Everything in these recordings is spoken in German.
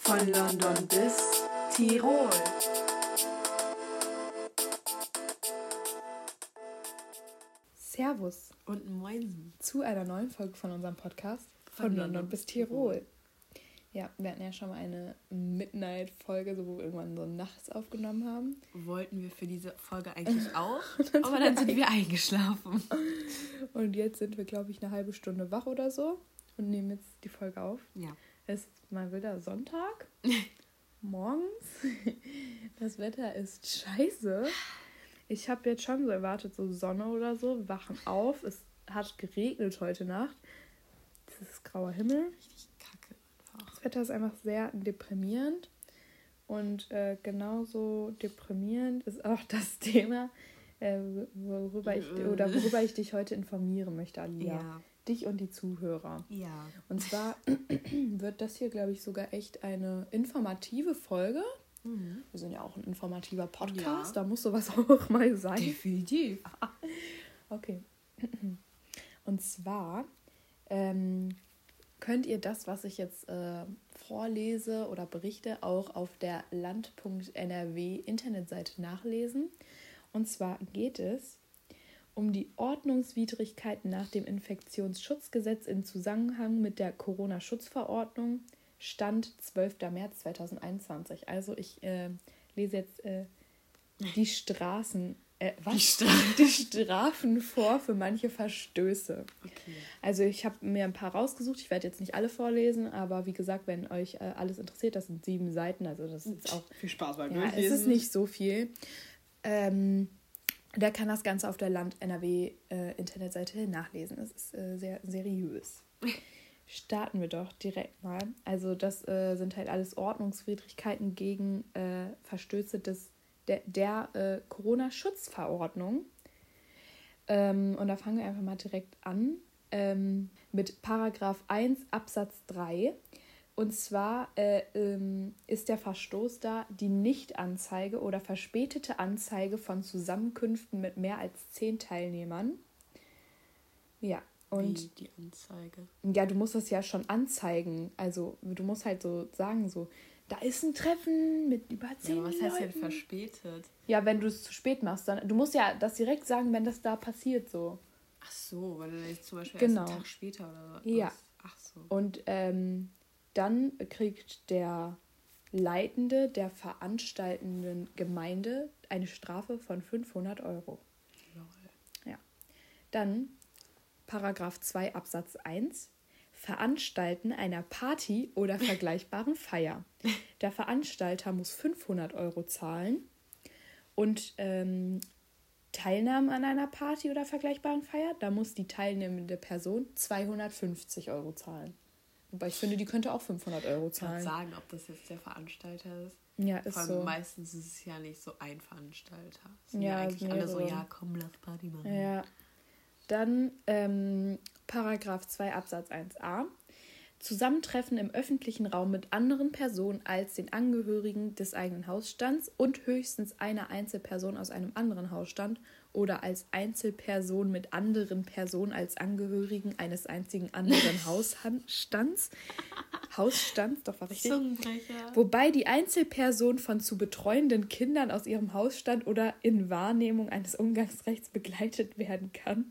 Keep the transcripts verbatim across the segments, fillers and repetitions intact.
Von London bis Tirol. Servus und Moinsen zu einer neuen Folge von unserem Podcast Von, von London, London bis Tirol. Tirol. Ja, wir hatten ja schon mal eine Midnight-Folge, so wo wir irgendwann so nachts aufgenommen haben. Wollten wir für diese Folge eigentlich auch, dann aber dann sind wir eingeschlafen. Und jetzt sind wir, glaube ich, eine halbe Stunde wach oder so und nehmen jetzt die Folge auf. Ja. Es ist mal wieder Sonntag, morgens. Das Wetter ist scheiße. Ich habe jetzt schon so erwartet, so Sonne oder so. Wir wachen auf, es hat geregnet heute Nacht. Es ist grauer Himmel. Richtig kacke einfach. Das Wetter ist einfach sehr deprimierend. Und äh, genauso deprimierend ist auch das Thema, äh, worüber ich oder worüber ich dich heute informieren möchte, Alia. Ja. Dich und die Zuhörer. Ja. Und zwar wird das hier, glaube ich, sogar echt eine informative Folge. Mhm. Wir sind ja auch ein informativer Podcast, Ja. Da muss sowas auch mal sein. Definitiv. Okay. Und zwar ähm, könnt ihr das, was ich jetzt äh, vorlese oder berichte, auch auf der land punkt n r w Internetseite nachlesen. Und zwar geht es um die Ordnungswidrigkeiten nach dem Infektionsschutzgesetz im Zusammenhang mit der Corona-Schutzverordnung. Stand zwölfter März zweitausendeinundzwanzig. Also ich äh, lese jetzt äh, die Straßen, äh, was? Die, Stra- die Strafen vor für manche Verstöße. Okay. Also ich habe mir ein paar rausgesucht. Ich werde jetzt nicht alle vorlesen, aber wie gesagt, wenn euch äh, alles interessiert, das sind sieben Seiten. Also das ist jetzt auch... Viel Spaß beim Ja, Durchlesen. es ist nicht so viel. Ähm, der kann das Ganze auf der Land-N R W-Internetseite äh, nachlesen. Es ist äh, sehr seriös. Starten wir doch direkt mal. Also das äh, sind halt alles Ordnungswidrigkeiten gegen äh, Verstöße des, der, der äh, Corona-Schutzverordnung. Ähm, und da fangen wir einfach mal direkt an ähm, mit Paragraph eins Absatz drei. Und zwar äh, ähm, ist der Verstoß da die Nichtanzeige oder verspätete Anzeige von Zusammenkünften mit mehr als zehn Teilnehmern. Ja. Und Wie die Anzeige? Ja, du musst das ja schon anzeigen. Also du musst halt so sagen, so, da ist ein Treffen mit über zehn Ja, aber was Leuten. heißt denn verspätet? Ja, wenn du es zu spät machst, dann, du musst ja das direkt sagen, wenn das da passiert, so. Ach so, weil du jetzt zum Beispiel Genau. erst einen Tag später oder was? Ja. Ach so. Und ähm, dann kriegt der Leitende der veranstaltenden Gemeinde eine Strafe von fünfhundert Euro. Lol. Ja. Dann Paragraph zwei Absatz eins. Veranstalten einer Party oder vergleichbaren Feier. Der Veranstalter muss fünfhundert Euro zahlen und ähm, Teilnahme an einer Party oder vergleichbaren Feier, da muss die teilnehmende Person zweihundertfünfzig Euro zahlen. Wobei ich finde, die könnte auch fünfhundert Euro Ich kann zahlen. sagen, ob das jetzt der Veranstalter ist. Ja, ist Vor allem so. meistens ist es ja nicht so ein Veranstalter. Es sind Ja, ja eigentlich alle so, mehrere. ja komm, lass Party machen. Ja. Dann ähm, Paragraph zwei Absatz eins a. Zusammentreffen im öffentlichen Raum mit anderen Personen als den Angehörigen des eigenen Hausstands und höchstens einer Einzelperson aus einem anderen Hausstand oder als Einzelperson mit anderen Personen als Angehörigen eines einzigen anderen Hausstands. Hausstands, doch war richtig. Zungenbrecher. Wobei die Einzelperson von zu betreuenden Kindern aus ihrem Hausstand oder in Wahrnehmung eines Umgangsrechts begleitet werden kann.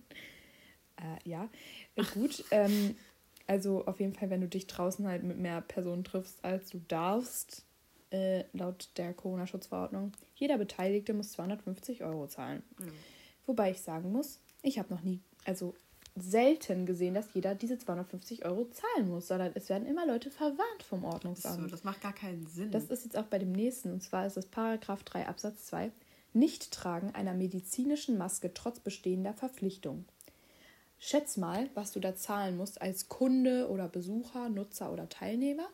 Äh, ja, äh, gut. Ähm, also auf jeden Fall, wenn du dich draußen halt mit mehr Personen triffst, als du darfst, äh, laut der Corona-Schutzverordnung, jeder Beteiligte muss zweihundertfünfzig Euro zahlen. Mhm. Wobei ich sagen muss, ich habe noch nie, also selten gesehen, dass jeder diese zweihundertfünfzig Euro zahlen muss, sondern es werden immer Leute verwarnt vom Ordnungsamt. So, das macht gar keinen Sinn. Das ist jetzt auch bei dem nächsten, und zwar ist es Paragraph drei Absatz zwei. Nichttragen einer medizinischen Maske trotz bestehender Verpflichtung. Schätz mal, was du da zahlen musst als Kunde oder Besucher, Nutzer oder Teilnehmer.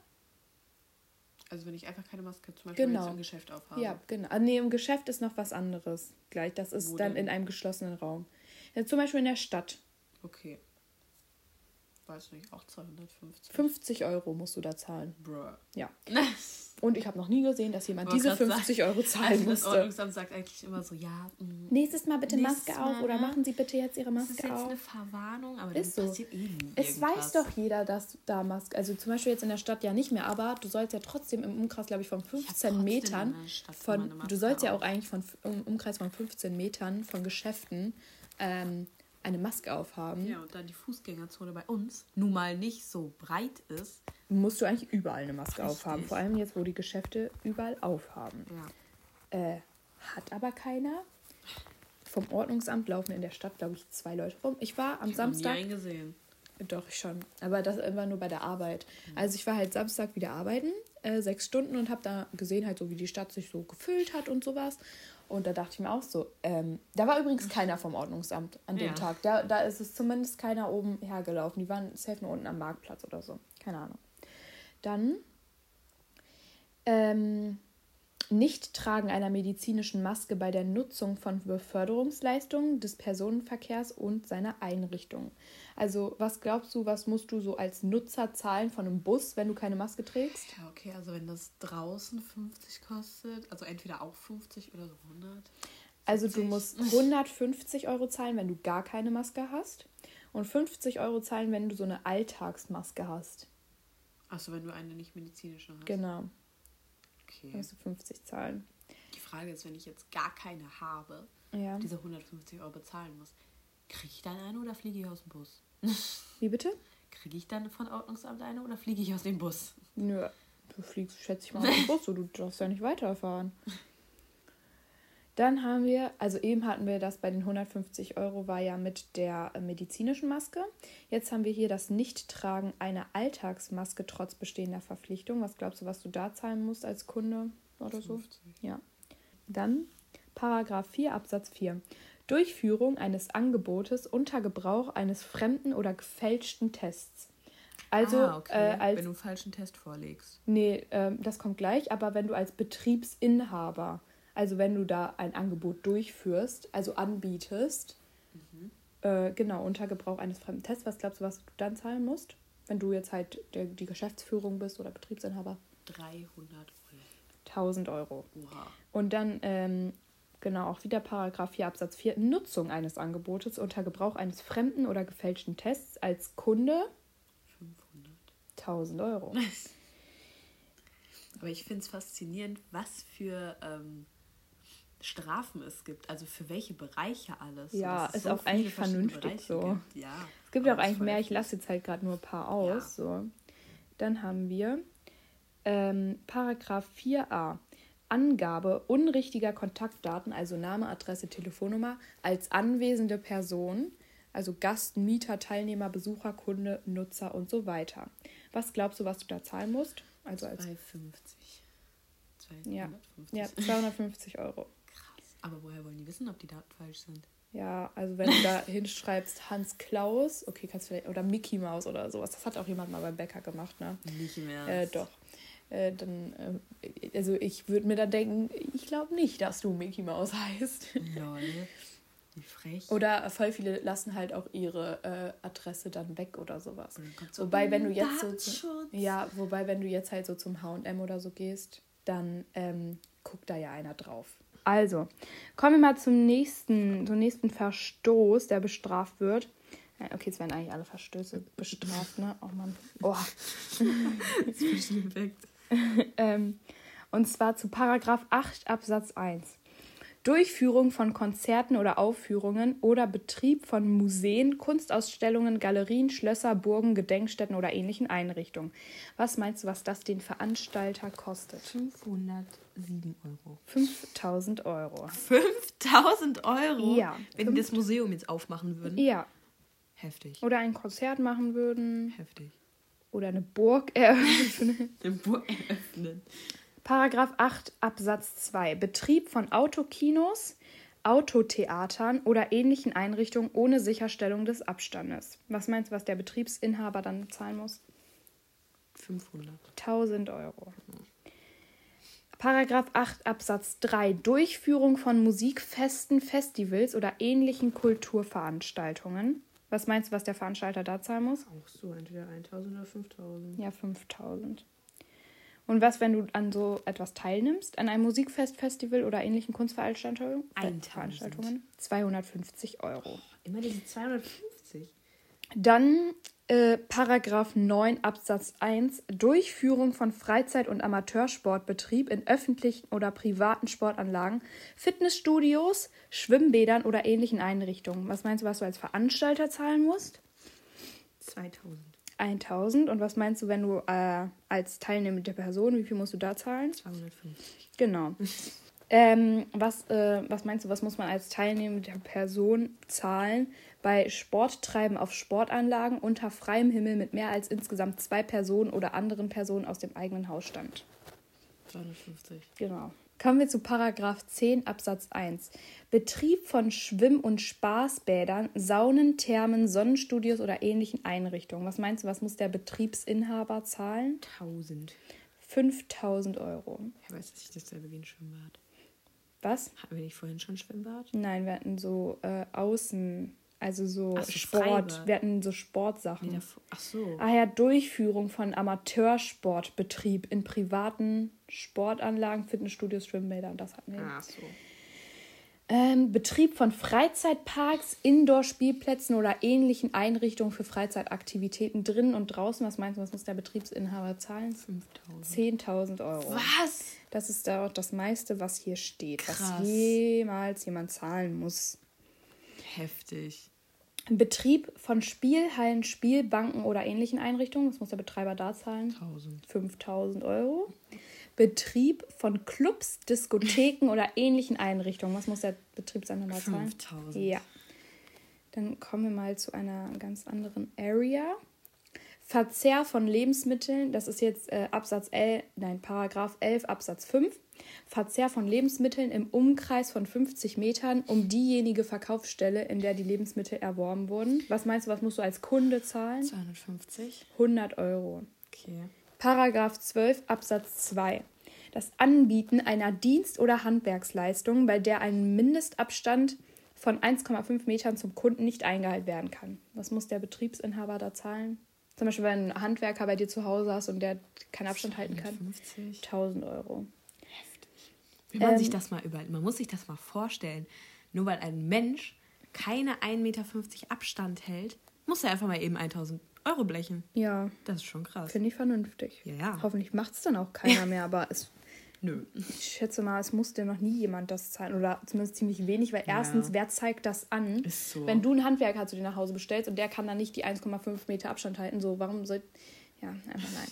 Also wenn ich einfach keine Maske zum Beispiel Genau. jetzt im Geschäft aufhabe. Ja, genau. Ah, nee, im Geschäft ist noch was anderes gleich. Das ist Wo dann denn? in einem geschlossenen Raum. Ja, zum Beispiel in der Stadt. Okay. weiß nicht, auch zweihundertfünfzig. fünfzig Euro musst du da zahlen. Bruh. Ja. Und ich habe noch nie gesehen, dass jemand Ich wollte diese grad fünfzig sagen, Euro zahlen Also das musste. Ordnungsamt sagt eigentlich immer so, ja, mh, Nächstes Mal bitte Nächstes Maske Mal, auf oder ne? machen Sie bitte jetzt Ihre das ist Maske jetzt auf. eine Verwarnung, aber Ist dann so. passiert eh nie Es irgendwas. weiß doch jeder, dass da Maske, also zum Beispiel jetzt in der Stadt ja nicht mehr, aber du sollst ja trotzdem im Umkreis, glaube ich, von fünfzehn trotzdem Metern, in der Stadt immer von, eine Maske du sollst ja auf. auch eigentlich von im Umkreis von fünfzehn Metern von Geschäften ähm, eine Maske aufhaben. Ja, und da die Fußgängerzone bei uns nun mal nicht so breit ist. Musst du eigentlich überall eine Maske Richtig. aufhaben, vor allem jetzt, wo die Geschäfte überall aufhaben. Ja. Äh, hat aber keiner. Vom Ordnungsamt laufen in der Stadt, glaube ich, zwei Leute rum. Ich war am Ich habe nie Samstag... einen gesehen. Doch, ich schon. Aber das immer nur bei der Arbeit. Also ich war halt Samstag wieder arbeiten, äh, sechs Stunden und habe da gesehen, halt so wie die Stadt sich so gefüllt hat und sowas. Und da dachte ich mir auch so, ähm, da war übrigens keiner vom Ordnungsamt an dem Ja. Tag. Da, da ist es zumindest keiner oben hergelaufen. Die waren safe nur unten am Marktplatz oder so. Keine Ahnung. Dann ähm, Nichttragen einer medizinischen Maske bei der Nutzung von Beförderungsleistungen des Personenverkehrs und seiner Einrichtungen. Also was glaubst du, was musst du so als Nutzer zahlen von einem Bus, wenn du keine Maske trägst? Ja, okay, also wenn das draußen fünfzig kostet, also entweder auch fünfzig oder so hundert. Also du siebzig. musst hundertfünfzig Euro zahlen, wenn du gar keine Maske hast. Und fünfzig Euro zahlen, wenn du so eine Alltagsmaske hast. Achso, wenn du eine nicht medizinische hast. Genau, Okay. da musst du fünfzig zahlen. Die Frage ist, wenn ich jetzt gar keine habe, Ja. diese hundertfünfzig Euro bezahlen muss, kriege ich dann eine oder fliege ich aus dem Bus? Wie bitte? Kriege ich dann von Ordnungsamt eine oder fliege ich aus dem Bus? Nö, du fliegst, schätze ich mal, aus dem Bus, so, du darfst ja nicht weiterfahren. Dann haben wir, also eben hatten wir das bei den hundertfünfzig Euro, war ja mit der äh, medizinischen Maske. Jetzt haben wir hier das Nichttragen einer Alltagsmaske trotz bestehender Verpflichtung. Was glaubst du, was du da zahlen musst als Kunde oder so? fünfzig. Ja. Dann Paragraph vier Absatz vier. Durchführung eines Angebotes unter Gebrauch eines fremden oder gefälschten Tests. Also ah, okay. äh, als wenn du einen falschen Test vorlegst. Nee, ähm, das kommt gleich, aber wenn du als Betriebsinhaber, also wenn du da ein Angebot durchführst, also anbietest, Mhm. äh, genau, unter Gebrauch eines fremden Tests, was glaubst du, was du dann zahlen musst? Wenn du jetzt halt der, die Geschäftsführung bist oder Betriebsinhaber? dreihundert Euro. tausend Euro. Oha. Und dann, ähm, genau, auch wieder Paragraph vier Absatz vier, Nutzung eines Angebotes unter Gebrauch eines fremden oder gefälschten Tests als Kunde fünfhundert. tausend Euro. Aber ich finde es faszinierend, was für ähm, Strafen es gibt. Also für welche Bereiche alles. Ja, Dass es ist auch viele eigentlich verschiedene vernünftig Bereiche so. Gibt. Ja, Es gibt ja auch aber ist eigentlich voll mehr, ich heftig. lasse jetzt halt gerade nur ein paar aus. So. Dann haben wir ähm, Paragraph vier a. Angabe unrichtiger Kontaktdaten, also Name, Adresse, Telefonnummer, als anwesende Person, also Gast, Mieter, Teilnehmer, Besucher, Kunde, Nutzer und so weiter. Was glaubst du, was du da zahlen musst? Also als zweihundertfünfzig. Ja. zweihundertfünfzig. ja, zweihundertfünfzig Euro. Krass. Aber woher wollen die wissen, ob die Daten falsch sind? Ja, also wenn du da hinschreibst Hans Klaus, okay, kannst vielleicht, oder Mickey Maus oder sowas, das hat auch jemand mal beim Bäcker gemacht, ne? Nicht mehr. Äh, doch. Äh, dann, äh, also ich würde mir dann denken, ich glaube nicht, dass du Mickey Maus heißt. Lol. Wie frech. Oder voll viele lassen halt auch ihre äh, Adresse dann weg oder sowas. Und dann kommt so, Wobei, wenn du "Mm, jetzt so zu, Datenschutz." ja, wobei, wenn du jetzt halt so zum H und M oder so gehst, dann ähm, guckt da ja einer drauf. Also, kommen wir mal zum nächsten, zum nächsten Verstoß, der bestraft wird. Ja, okay, jetzt werden eigentlich alle Verstöße bestraft, ne? Oh Mann. Oh. Das ist perfekt. ähm, und zwar zu Paragraph acht Absatz eins. Durchführung von Konzerten oder Aufführungen oder Betrieb von Museen, Kunstausstellungen, Galerien, Schlösser, Burgen, Gedenkstätten oder ähnlichen Einrichtungen. Was meinst du, was das den Veranstalter kostet? fünfhundertsieben Euro. fünftausend Euro. fünftausend Euro? Ja. Wenn die das Museum jetzt aufmachen würden? Ja. Heftig. Oder ein Konzert machen würden. Heftig. Oder eine Burg eröffnen. Eine Burg eröffnen. Paragraph acht Absatz zwei. Betrieb von Autokinos, Autotheatern oder ähnlichen Einrichtungen ohne Sicherstellung des Abstandes. Was meinst du, was der Betriebsinhaber dann zahlen muss? fünfhundert. tausend Euro. Paragraph acht Absatz drei. Durchführung von Musikfesten, Festivals oder ähnlichen Kulturveranstaltungen. Was meinst du, was der Veranstalter da zahlen muss? Auch so, entweder eintausend oder fünftausend. Ja, fünftausend. Und was, wenn du an so etwas teilnimmst? An einem Musikfest, Festival oder ähnlichen Kunstveranstaltungen? Veranstaltungen? zweihundertfünfzig Euro. Immer diese zweihundertfünfzig. Dann äh, Paragraph neun Absatz eins. Durchführung von Freizeit- und Amateursportbetrieb in öffentlichen oder privaten Sportanlagen, Fitnessstudios, Schwimmbädern oder ähnlichen Einrichtungen. Was meinst du, was du als Veranstalter zahlen musst? zweitausend. eintausend. Und was meinst du, wenn du äh, als teilnehmende Person, wie viel musst du da zahlen? zweihundertfünfzig. Genau. ähm, was, äh, was meinst du, was muss man als teilnehmende Person zahlen bei Sporttreiben auf Sportanlagen unter freiem Himmel mit mehr als insgesamt zwei Personen oder anderen Personen aus dem eigenen Hausstand? zweihundertfünfzig. Genau. Kommen wir zu Paragraph zehn Absatz eins. Betrieb von Schwimm- und Spaßbädern, Saunen, Thermen, Sonnenstudios oder ähnlichen Einrichtungen. Was meinst du, was muss der Betriebsinhaber zahlen? tausend. fünftausend Euro. Ja, weiß ich dasselbe wie ein Schwimmbad. Was? Hatten wir nicht vorhin schon ein Schwimmbad? Nein, wir hatten so äh, Außen, also so, Ach so, Sport. Freibad. Wir hatten so Sportsachen. Nee, davor- Ach so. Ah ja, Durchführung von Amateursportbetrieb in privaten Sportanlagen, Fitnessstudios, Schwimmbädern, das hatten wir. Ach so. Ähm, Betrieb von Freizeitparks, Indoor-Spielplätzen oder ähnlichen Einrichtungen für Freizeitaktivitäten drinnen und draußen. Was meinst du, was muss der Betriebsinhaber zahlen? fünftausend. zehntausend Euro. Was? Das ist da auch das meiste, was hier steht, Krass. was jemals jemand zahlen muss. Heftig. Betrieb von Spielhallen, Spielbanken oder ähnlichen Einrichtungen. Was muss der Betreiber da zahlen? tausend. fünftausend Euro. Betrieb von Clubs, Diskotheken oder ähnlichen Einrichtungen. Was muss der Betriebsinhaber zahlen? fünftausend. Ja. Dann kommen wir mal zu einer ganz anderen Area. Verzehr von Lebensmitteln, das ist jetzt äh, Absatz elf, nein, Paragraph elf Absatz fünf. Verzehr von Lebensmitteln im Umkreis von fünfzig Metern um diejenige Verkaufsstelle, in der die Lebensmittel erworben wurden. Was meinst du, was musst du als Kunde zahlen? zweihundertfünfzig. hundert Euro. Okay. Paragraph zwölf Absatz zwei. Das Anbieten einer Dienst- oder Handwerksleistung, bei der ein Mindestabstand von eins Komma fünf Metern zum Kunden nicht eingehalten werden kann. Was muss der Betriebsinhaber da zahlen? Zum Beispiel, wenn du einen Handwerker bei dir zu Hause hast und der keinen Abstand halten kann. fünfzig. tausend Euro. Heftig. Wenn man Ähm, sich das mal überlegt, man muss sich das mal vorstellen. Nur weil ein Mensch keine ein Meter fünfzig Abstand hält, muss er einfach mal eben eintausend Euro blechen. Ja, Das ist schon krass. finde ich vernünftig. Ja, ja. Hoffentlich macht es dann auch keiner mehr, aber es, Nö. ich schätze mal, es musste noch nie jemand das zahlen. Oder zumindest ziemlich wenig, weil Ja. erstens, wer zeigt das an? Ist so. Wenn du einen Handwerker zu dir nach Hause bestellst und der kann dann nicht die eins Komma fünf Meter Abstand halten, so, warum soll... Ja, einfach nein.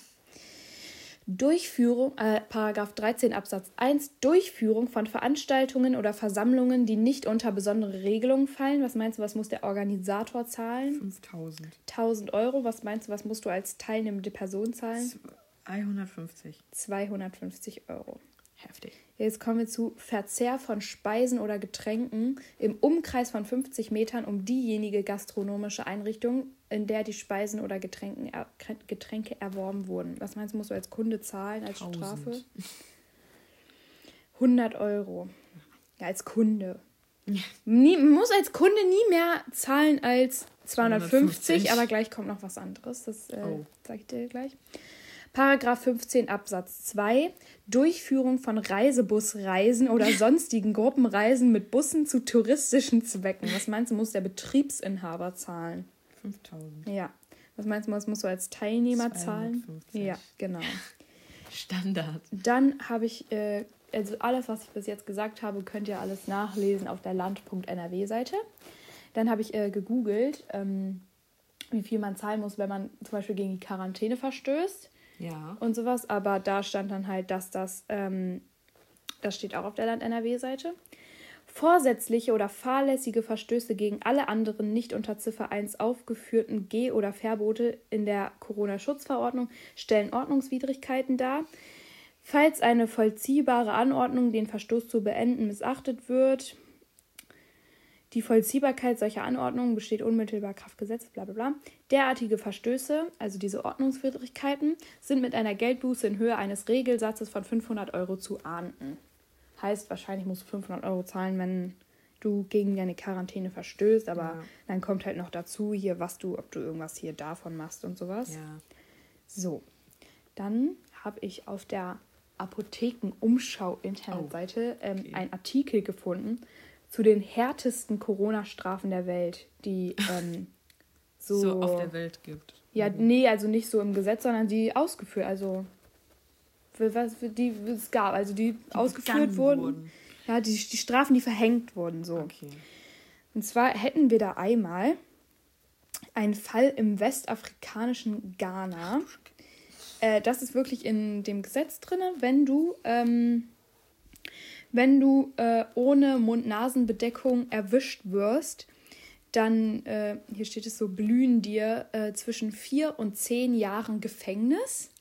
Durchführung, äh, Paragraph dreizehn Absatz eins, Durchführung von Veranstaltungen oder Versammlungen, die nicht unter besondere Regelungen fallen. Was meinst du, was muss der Organisator zahlen? fünftausend. tausend Euro. Was meinst du, was musst du als teilnehmende Person zahlen? zweihundertfünfzig. zweihundertfünfzig Euro. Heftig. Jetzt kommen wir zu Verzehr von Speisen oder Getränken im Umkreis von fünfzig Metern um diejenige gastronomische Einrichtung, in der die Speisen oder Getränken er, Getränke erworben wurden. Was meinst du, musst du als Kunde zahlen, als tausend. Strafe? hundert Euro. Ja, als Kunde. Nie, man muss als Kunde nie mehr zahlen als zweihundertfünfzig, zweihundertfünfzig. aber gleich kommt noch was anderes. Das äh, Oh. sage ich dir gleich. Paragraph fünfzehn Absatz zwei. Durchführung von Reisebusreisen oder sonstigen Gruppenreisen mit Bussen zu touristischen Zwecken. Was meinst du, muss der Betriebsinhaber zahlen? fünftausend. Ja. Was meinst du, was musst du als Teilnehmer zahlen? zweihundertfünfzig. Ja, genau. Standard. Dann habe ich, äh, also alles, was ich bis jetzt gesagt habe, könnt ihr alles nachlesen auf der land punkt n r w Seite. Dann habe ich äh, gegoogelt, ähm, wie viel man zahlen muss, wenn man zum Beispiel gegen die Quarantäne verstößt. Ja. Und sowas, aber da stand dann halt, dass das, ähm, das steht auch auf der land punkt n r w Seite. Vorsätzliche oder fahrlässige Verstöße gegen alle anderen nicht unter Ziffer eins aufgeführten Geh- oder Verbote in der Corona-Schutzverordnung stellen Ordnungswidrigkeiten dar. Falls eine vollziehbare Anordnung, den Verstoß zu beenden, missachtet wird, die Vollziehbarkeit solcher Anordnungen besteht unmittelbar Kraft Gesetz, bla bla bla. Derartige Verstöße, also diese Ordnungswidrigkeiten, sind mit einer Geldbuße in Höhe eines Regelsatzes von fünfhundert Euro zu ahnden. Heißt, wahrscheinlich musst du fünfhundert Euro zahlen, wenn du gegen deine Quarantäne verstößt, aber Ja. dann kommt halt noch dazu, hier, was du, ob du irgendwas hier davon machst und sowas. Ja. So, dann habe ich auf der Apotheken-Umschau-Internetseite Oh, ähm, okay. einen Artikel gefunden zu den härtesten Corona-Strafen der Welt, die ähm, so, so auf der Welt gibt. Ja, nee, also nicht so im Gesetz, sondern die ausgeführt, also für was für die es gab, also die, die ausgeführt begangen wurden. wurden. Ja, die, die Strafen, die verhängt wurden, so. Okay. Und zwar hätten wir da einmal einen Fall im westafrikanischen Ghana. Äh, das ist wirklich in dem Gesetz drin, wenn du, ähm, wenn du äh, ohne Mund-Nasen-Bedeckung erwischt wirst, dann, äh, hier steht es so, blühen dir äh, zwischen vier und zehn Jahren Gefängnis.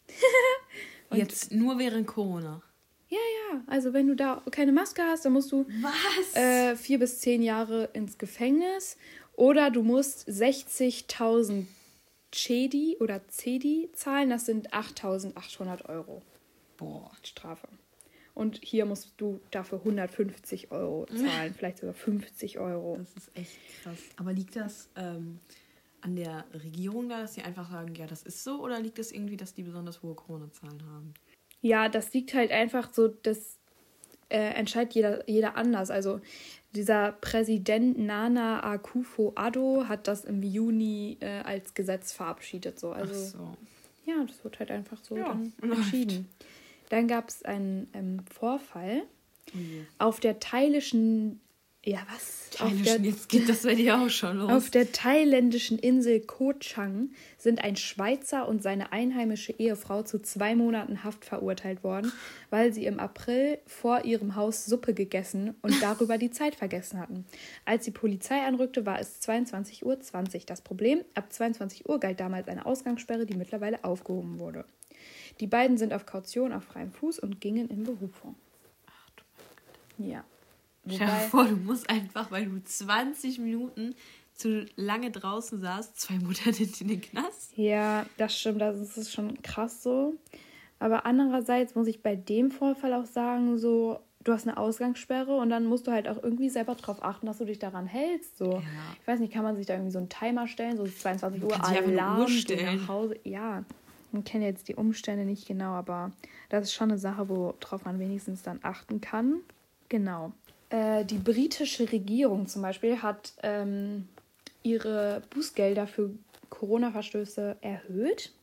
Und Jetzt nur während Corona. ja, ja, also wenn du da keine Maske hast, dann musst du Was? äh, vier bis zehn Jahre ins Gefängnis oder du musst sechzigtausend Cedi oder Cedi zahlen, das sind achttausendachthundert Euro Boah. Strafe. Und hier musst du dafür hundertfünfzig Euro zahlen, vielleicht sogar fünfzig Euro. Das ist echt krass. Aber liegt das ähm, an der Regierung da, dass sie einfach sagen, ja, das ist so? Oder liegt es das irgendwie, dass die besonders hohe Corona-Zahlen haben? Ja, das liegt halt einfach so, das äh, entscheidet jeder, jeder anders. Also dieser Präsident Nana Akufo-Addo hat das im Juni äh, als Gesetz verabschiedet. So. Also, Ach so. ja, das wird halt einfach so Ja, dann läuft. entschieden. Dann gab es einen ähm, Vorfall Oh je. auf der thailischen, ja was? Auf der, Thailändischen, jetzt geht das bei dir auch schon los. auf der thailändischen Insel Koh Chang sind ein Schweizer und seine einheimische Ehefrau zu zwei Monaten Haft verurteilt worden, weil sie im April vor ihrem Haus Suppe gegessen und darüber die Zeit vergessen hatten. Als die Polizei anrückte, war es zweiundzwanzig Uhr zwanzig. Das Problem, ab zweiundzwanzig Uhr galt damals eine Ausgangssperre, die mittlerweile aufgehoben wurde. Die beiden sind auf Kaution auf freiem Fuß und gingen in Berufung. Ach du mein Gott. Ja. Stell dir vor, du musst einfach, weil du zwanzig Minuten zu lange draußen saßt, zwei Monate in den Knast. Ja, das stimmt, das ist schon krass so. Aber andererseits muss ich bei dem Vorfall auch sagen, so, du hast eine Ausgangssperre und dann musst du halt auch irgendwie selber darauf achten, dass du dich daran hältst. So. Ja. Ich weiß nicht, kann man sich da irgendwie so einen Timer stellen, so zweiundzwanzig Uhr kannst dich einfach eine Alarm, Uhr geh stellen. nach Hause. Ja, ich kenne jetzt die Umstände nicht genau, aber das ist schon eine Sache, worauf man wenigstens dann achten kann. Genau. Äh, die britische Regierung zum Beispiel hat ähm, ihre Bußgelder für Corona-Verstöße erhöht.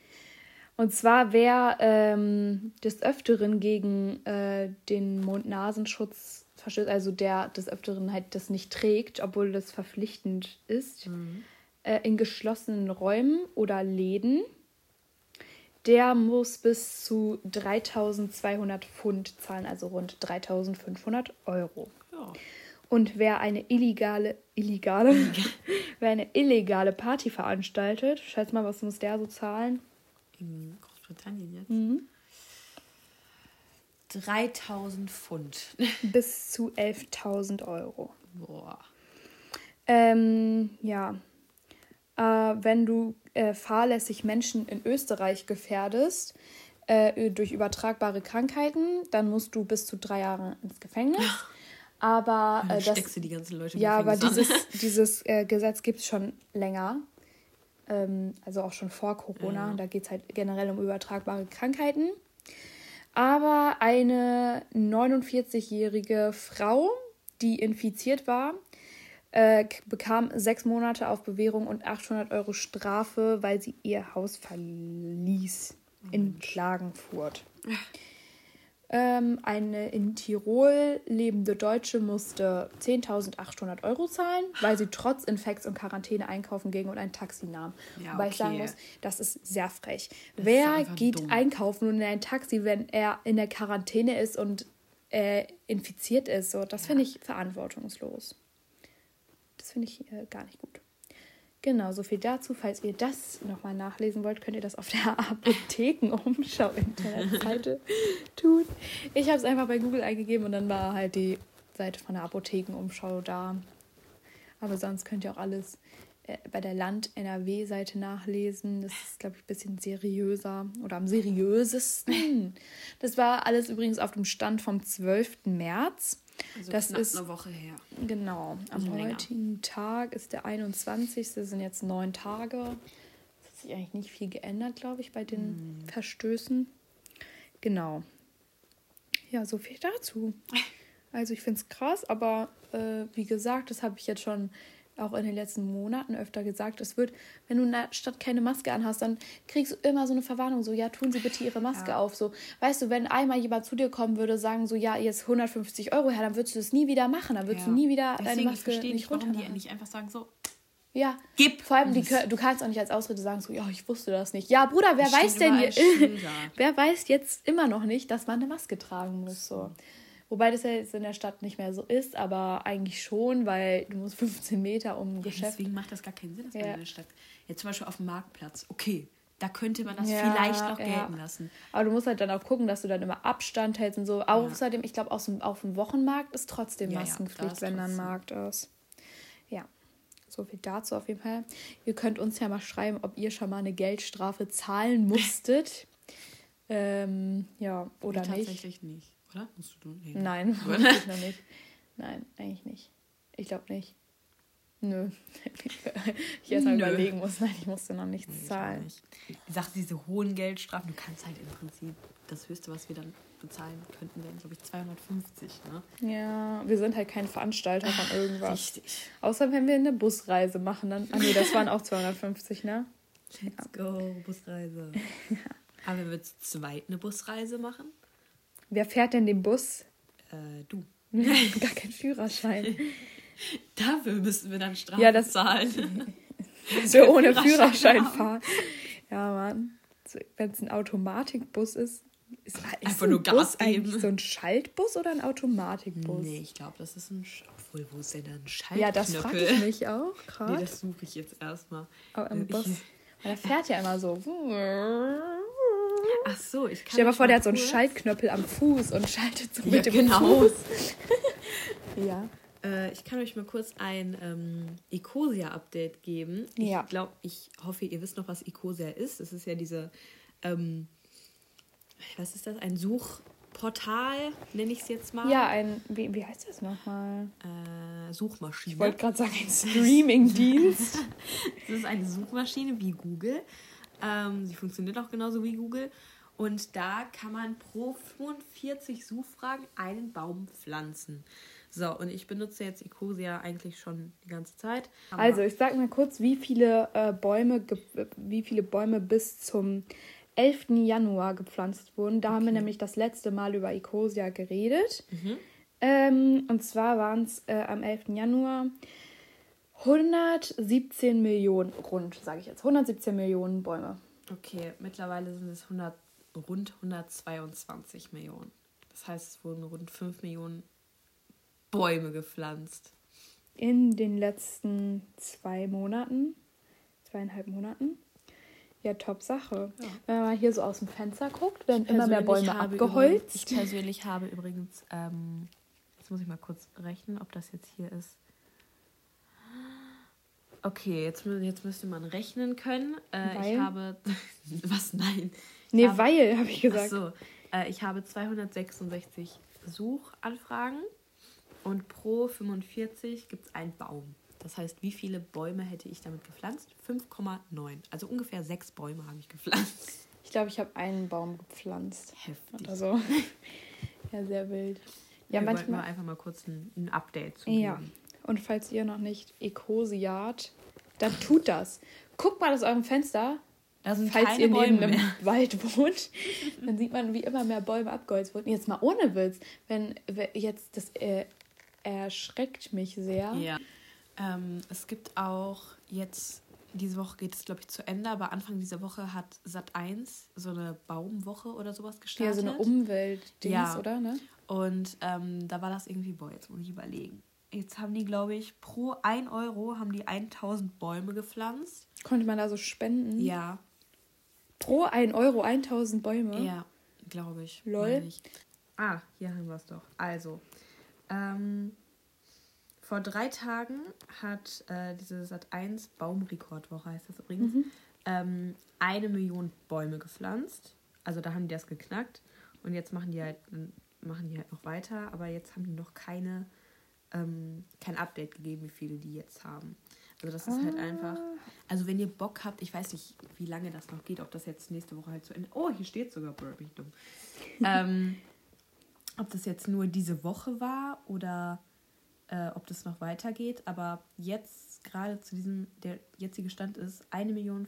Und zwar, wer ähm, des Öfteren gegen äh, den Mund-Nasenschutz verstößt, also der des Öfteren halt das nicht trägt, obwohl das verpflichtend ist, Mhm. äh, in geschlossenen Räumen oder Läden, der muss bis zu dreitausendzweihundert Pfund zahlen, also rund dreitausendfünfhundert Euro. Ja. Und wer eine illegale, illegale, wer eine illegale Party veranstaltet, schätz mal, was muss der so zahlen? In Großbritannien jetzt. Mhm. dreitausend Pfund. Bis zu elftausend Euro. Boah. Ähm, ja. Äh, wenn du äh, fahrlässig Menschen in Österreich gefährdest äh, durch übertragbare Krankheiten, dann musst du bis zu drei Jahre ins Gefängnis. Aber Dann äh, das, steckst du die ganzen Leute im ja, aber Gefängnis dieses, an. dieses äh, Gesetz gibt es schon länger. Ähm, also auch schon vor Corona. Ja. Da geht es halt generell um übertragbare Krankheiten. Aber eine neunundvierzigjährige Frau, die infiziert war, äh, k- bekam sechs Monate auf Bewährung und achthundert Euro Strafe, weil sie ihr Haus verließ in Klagenfurt. Ähm, eine in Tirol lebende Deutsche musste zehntausendachthundert Euro zahlen, weil sie trotz Infekts und Quarantäne einkaufen ging und ein Taxi nahm. Ja, Wobei ich sagen okay. muss, das ist sehr frech. Das ist Wer einfach geht dumm. einkaufen und in ein Taxi, wenn er in der Quarantäne ist und äh, infiziert ist? So, das finde ich verantwortungslos. Das finde ich äh, gar nicht gut. Genau, so viel dazu. Falls ihr das nochmal nachlesen wollt, könnt ihr das auf der Apotheken-Umschau-Internetseite tun. Ich habe es einfach bei Google eingegeben und dann war halt die Seite von der Apotheken-Umschau da. Aber sonst könnt ihr auch alles äh, bei der Land-N R W-Seite nachlesen. Das ist, glaube ich, ein bisschen seriöser oder am seriösesten. Das war alles übrigens auf dem Stand vom zwölften März. Also das knapp ist eine Woche her. Genau. Am Also länger. heutigen Tag ist der einundzwanzigste Das sind jetzt neun Tage. Es hat sich eigentlich nicht viel geändert, glaube ich, bei den Hm. Verstößen. Genau. Ja, so viel dazu. Also ich finde es krass, aber äh, wie gesagt, das habe ich jetzt schon auch in den letzten Monaten öfter gesagt. Es wird, wenn du in der Stadt keine Maske anhast, dann kriegst du immer so eine Verwarnung, so, ja, tun Sie bitte Ihre Maske Ja. auf. So, weißt du, wenn einmal jemand zu dir kommen würde, sagen so, ja, jetzt hundertfünfzig Euro her, dann würdest du das nie wieder machen. Dann würdest Ja. du nie wieder deine Deswegen, ich Maske verstehe nicht nicht, warum die runtermachen. nicht einfach sagen so, Ja, gib! vor allem, die, kö- du kannst auch nicht als Ausrede sagen, so, ja, ich wusste das nicht. Ja, Bruder, wer Es weiß steht denn überall je- Schilder. wer weiß jetzt immer noch nicht, dass man eine Maske tragen muss. So. Wobei das ja jetzt in der Stadt nicht mehr so ist, aber eigentlich schon, weil du musst fünfzehn Meter um ein Ja, Geschäft. deswegen macht das gar keinen Sinn, dass man Ja. in der Stadt... Jetzt zum Beispiel auf dem Marktplatz, okay, da könnte man das Ja, vielleicht noch ja. gelten lassen. Aber du musst halt dann auch gucken, dass du dann immer Abstand hältst und so. Außerdem, ich glaube, auf dem Wochenmarkt ist trotzdem Ja, ja, Maskenpflicht, da ist wenn dann trotzdem. Markt ist. Ja, so viel dazu auf jeden Fall. Ihr könnt uns ja mal schreiben, ob ihr schon mal eine Geldstrafe zahlen musstet. ähm, ja, oder Nee, nicht. Tatsächlich nicht, oder? Musst du nee. Nein, wusste ich noch nicht. Nein, eigentlich nicht. Ich glaube nicht. Nö. ich erst mal Nö. überlegen muss. Nein, ich musste noch nichts Nee, ich auch zahlen. nicht. Die Sache, diese hohen Geldstrafen, du kannst halt im Prinzip, das Höchste, was wir dann bezahlen könnten, wären, glaube ich, zweihundertfünfzig, ne? Ja, wir sind halt kein Veranstalter von irgendwas. Richtig. Außer wenn wir eine Busreise machen, dann. Ah nee, das waren auch zweihundertfünfzig, ne? Let's go, Busreise. Aber wenn wir zu zweit eine Busreise machen, Wer fährt denn den Bus? äh, du. Gar kein Führerschein. Dafür müssen wir dann Strafe Ja, das- zahlen. Dass wir ohne Führerschein Führerschein haben. fahren. Ja, Mann. Wenn es ein Automatikbus ist, ist, ist Einfach ein nur Bus Gas eigentlich geben. so ein Schaltbus oder ein Automatikbus? Nee, ich glaube, das ist ein... Sch Obwohl, wo ist denn da ein Ja, das Schaltknöppel? frage ich mich auch Nee, gerade. das suche ich jetzt erstmal. Aber im Ich- Bus. Weil der fährt ja immer so. Ach so, ich kann Stell dir mal euch vor, der hat so einen kurz- Schaltknöppel am Fuß und schaltet so Ja, mit dem genau. Fuß. Ja. Äh, ich kann euch mal kurz ein ähm, Ecosia-Update geben. Ja. Ich glaube, ich hoffe, ihr wisst noch, was Ecosia ist. Es ist ja diese, ähm, was ist das? Ein Suchportal, nenne ich es jetzt mal. Ja, ein, wie, wie heißt das nochmal? Äh, Suchmaschine. Ich wollte gerade sagen, ein Streaming-Dienst. Es ist eine Suchmaschine wie Google. Ähm, sie funktioniert auch genauso wie Google. Und da kann man pro fünfundvierzig Suchfragen einen Baum pflanzen. So, und ich benutze jetzt Ecosia eigentlich schon die ganze Zeit. Aber Also, ich sag mal kurz, wie viele äh, Bäume, ge- wie viele Bäume bis zum elften Januar gepflanzt wurden. Da haben wir nämlich das letzte Mal über Ecosia geredet. Mhm. Ähm, und zwar waren es äh, am elften Januar hundertsiebzehn Millionen, rund, sage ich jetzt, hundertsiebzehn Millionen Bäume. Okay, mittlerweile sind es hundert, rund hundertzweiundzwanzig Millionen. Das heißt, es wurden rund fünf Millionen Bäume gepflanzt. In den letzten zwei Monaten, zweieinhalb Monaten. Ja, top Sache. Ja. Wenn man mal hier so aus dem Fenster guckt, werden immer mehr Persönlich Bäume habe abgeholzt. Übrigens, ich persönlich habe übrigens, ähm, jetzt muss ich mal kurz rechnen, ob das jetzt hier ist. Okay, jetzt, mü- jetzt müsste man rechnen können. Äh, Weil? ich habe, was, nein. Nee, habe- weil, habe ich Ach gesagt. so, äh, ich habe zweihundertsechsundsechzig Suchanfragen und pro fünfundvierzig gibt es einen Baum. Das heißt, wie viele Bäume hätte ich damit gepflanzt? fünf Komma neun. Also ungefähr sechs Bäume habe ich gepflanzt. Ich glaube, ich habe einen Baum gepflanzt. Heftig. Oder so. Ja, sehr wild. Ja, Wir wollten manchmal. mal einfach mal kurz ein, ein Update zu Ja. geben. Und falls ihr noch nicht Ecosiat, dann tut das. Guckt mal aus eurem Fenster, Da sind falls keine ihr neben Bäume einem mehr. Wald wohnt. Dann sieht man, wie immer mehr Bäume abgeholzt wurden. Jetzt mal ohne Witz. Wenn wenn jetzt, das äh, erschreckt mich sehr. Ja. Ähm, es gibt auch jetzt, diese Woche geht es, glaube ich, zu Ende, aber Anfang dieser Woche hat Sat eins so eine Baumwoche oder sowas Ja, gestartet. so eine Umweltdings, Ja. oder? Ne? Und ähm, da war das irgendwie, boah, jetzt muss ich überlegen. Jetzt haben die, glaube ich, pro ein Euro haben die tausend Bäume gepflanzt. Konnte man da so spenden? Ja, Pro ein Euro tausend Bäume? ja, glaube ich. Lol. meine ich. Ah, hier haben wir es doch. Also, ähm, vor drei Tagen hat äh, diese Sat eins Baumrekordwoche, heißt das übrigens, Mhm. ähm, eine Million Bäume gepflanzt. Also da haben die das geknackt. Und jetzt machen die halt machen die halt noch weiter, aber jetzt haben die noch keine, ähm, kein Update gegeben, wie viele die jetzt haben. Also das ist ah. halt einfach, also wenn ihr Bock habt, ich weiß nicht, wie lange das noch geht, ob das jetzt nächste Woche halt zu Ende, oh, hier steht sogar, bin ich dumm, ähm, ob das jetzt nur diese Woche war oder äh, ob das noch weitergeht, aber jetzt gerade zu diesem, der jetzige Stand ist eine Million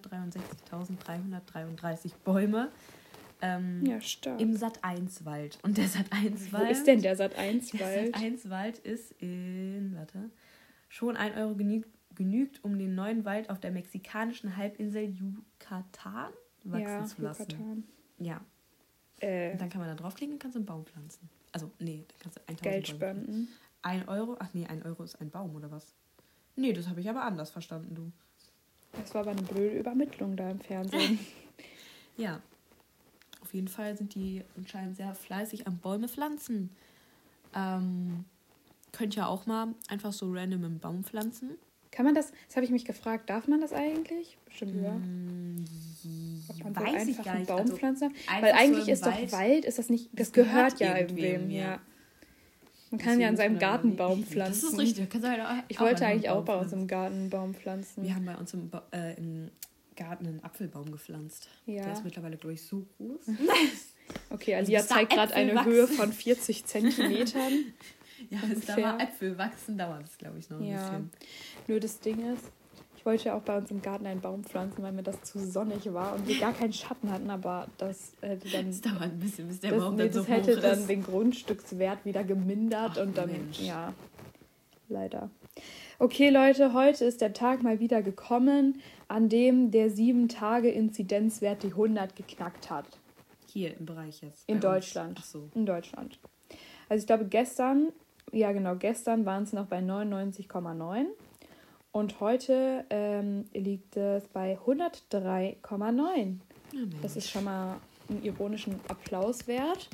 vierhundertdreiundsechzigtausenddreihundertdreiunddreißig Bäume. Ähm, ja, stark. Im Sat eins Wald. Und der Sat eins Wald. Wo ist denn der Sat eins Wald? Der Sat eins Wald ist in, warte, schon ein Euro genügt, genügt, um den neuen Wald auf der mexikanischen Halbinsel Yucatan wachsen ja, zu lassen. Yucatan. Ja. Äh. Und dann kann man da draufklicken und kannst einen Baum pflanzen. Also, nee, dann kannst du tausend Geld spenden. Ein Euro? Ach nee, ein Euro ist ein Baum, oder was? Nee, das habe ich aber anders verstanden, du. Das war aber eine blöde Übermittlung da im Fernsehen. Ja. Auf jeden Fall sind die anscheinend sehr fleißig am Bäume pflanzen. Ähm, könnt ihr auch mal einfach so random einen Baum pflanzen. Kann man das, das habe ich mich gefragt, darf man das eigentlich? Bestimmt, ja. Mm, Ob man weiß so ich einfach gar einen nicht. Baum Also, pflanzen? einfach Weil so eigentlich im ist Wald, doch Wald, ist das nicht, das, das gehört, gehört ja irgendwem, irgendwem, ja. ja. Man kann ja an seinem Garten Baum pflanzen. Das ist richtig. Kannst du halt auch, ich auch wollte einen eigentlich auch Baum bei uns pflanzen. im Garten einen Baum pflanzen. Wir haben bei uns im, ba- äh, im Garten einen Apfelbaum gepflanzt. Ja. Der ist mittlerweile, glaube ich, so groß. Okay, Also Alia bis da zeigt gerade Äpfel eine wachsen. Höhe von vierzig Zentimetern. Ja, bis da mal Äpfel wachsen, dauert es, glaube ich, noch ein ja. bisschen. Nur das Ding ist, ich wollte ja auch bei uns im Garten einen Baum pflanzen, weil mir das zu sonnig war und wir gar keinen Schatten hatten, aber das hätte dann... Das dauert ein bisschen, bis der das, Baum nee, dann so das hätte hoch dann ist. den Grundstückswert wieder gemindert. Ach, und dann, Mensch. ja, leider. Okay, Leute, heute ist der Tag mal wieder gekommen, an dem der sieben-Tage-Inzidenzwert die hundert geknackt hat. Hier im Bereich jetzt. In bei uns. Deutschland. Ach so. In Deutschland. Also ich glaube gestern, ja genau, gestern waren es noch bei neunundneunzig Komma neun und heute ähm, liegt es bei hundertdrei Komma neun. Ja, das ist schon mal einen ironischen Applaus wert.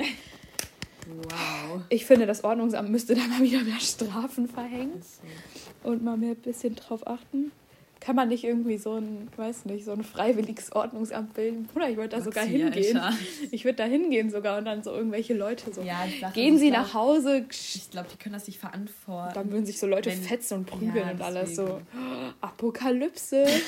Wow. Ich finde, das Ordnungsamt müsste da mal wieder mehr Strafen verhängen So. und mal mehr ein bisschen drauf achten. Kann man nicht irgendwie so ein, weiß nicht, so ein freiwilliges Ordnungsamt bilden? Oder ich würde da sogar Maxi, hingehen. Alter. Ich würde da hingehen sogar und dann so irgendwelche Leute so. Ja, die Sache Gehen ist, Sie ich nach glaub, Hause. Ich glaube, die können das nicht verantworten. Dann würden sich so Leute Wenn- fetzen und prügeln Ja, und alles so. deswegen. Oh, Apokalypse. Wir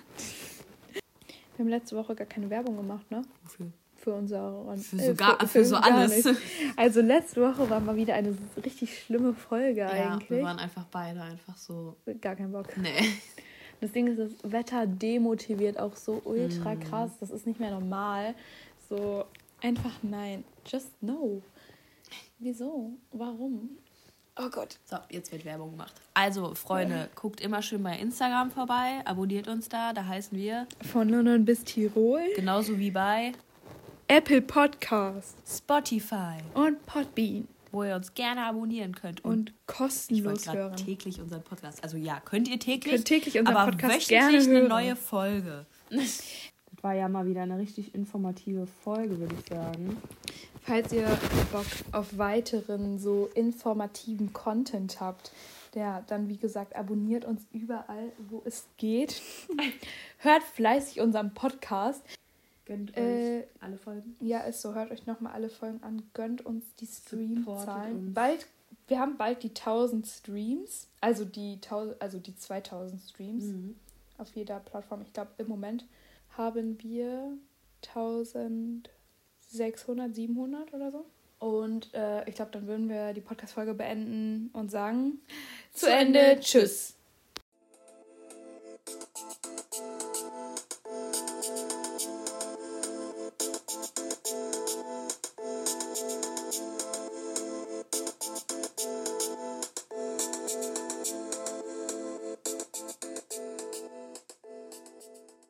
haben letzte Woche gar keine Werbung gemacht, ne? Wofür? Für unser... Für so, gar, für so gar alles. nichts. Also letzte Woche war mal wieder eine richtig schlimme Folge Ja, eigentlich. wir waren einfach beide einfach so... Gar keinen Bock. Nee. Das Ding ist, das Wetter demotiviert auch so ultra Mm. krass. Das ist nicht mehr normal. So, einfach nein. Just no. Wieso? Warum? Oh Gott. So, jetzt wird Werbung gemacht. Also, Freunde, ja. guckt immer schön bei Instagram vorbei. Abonniert uns da. Da heißen wir... Von London bis Tirol. Genauso wie bei... Apple Podcast. Spotify. Und Podbean. Wo ihr uns gerne abonnieren könnt. Und ich kostenlos wollte hören. gerade täglich unseren Podcast. Also ja, könnt ihr täglich. Könnt täglich unseren aber Podcast wöchentlich gerne eine hören. neue Folge. Das war ja mal wieder eine richtig informative Folge, würde ich sagen. Falls ihr Bock auf weiteren so informativen Content habt, der dann, wie gesagt, abonniert uns überall, wo es geht. Hört fleißig unseren Podcast. Gönnt Äh, euch alle Folgen. Ja, ist so. Hört euch nochmal alle Folgen an. Gönnt uns die Supportet Streamzahlen. uns. Bald, wir haben bald die tausend Streams. Also die, tausend, also die zweitausend Streams Mhm. auf jeder Plattform. Ich glaube, im Moment haben wir eintausendsechshundert, siebenhundert oder so. Und äh, ich glaube, dann würden wir die Podcast-Folge beenden und sagen: Zu Ende. Tschüss.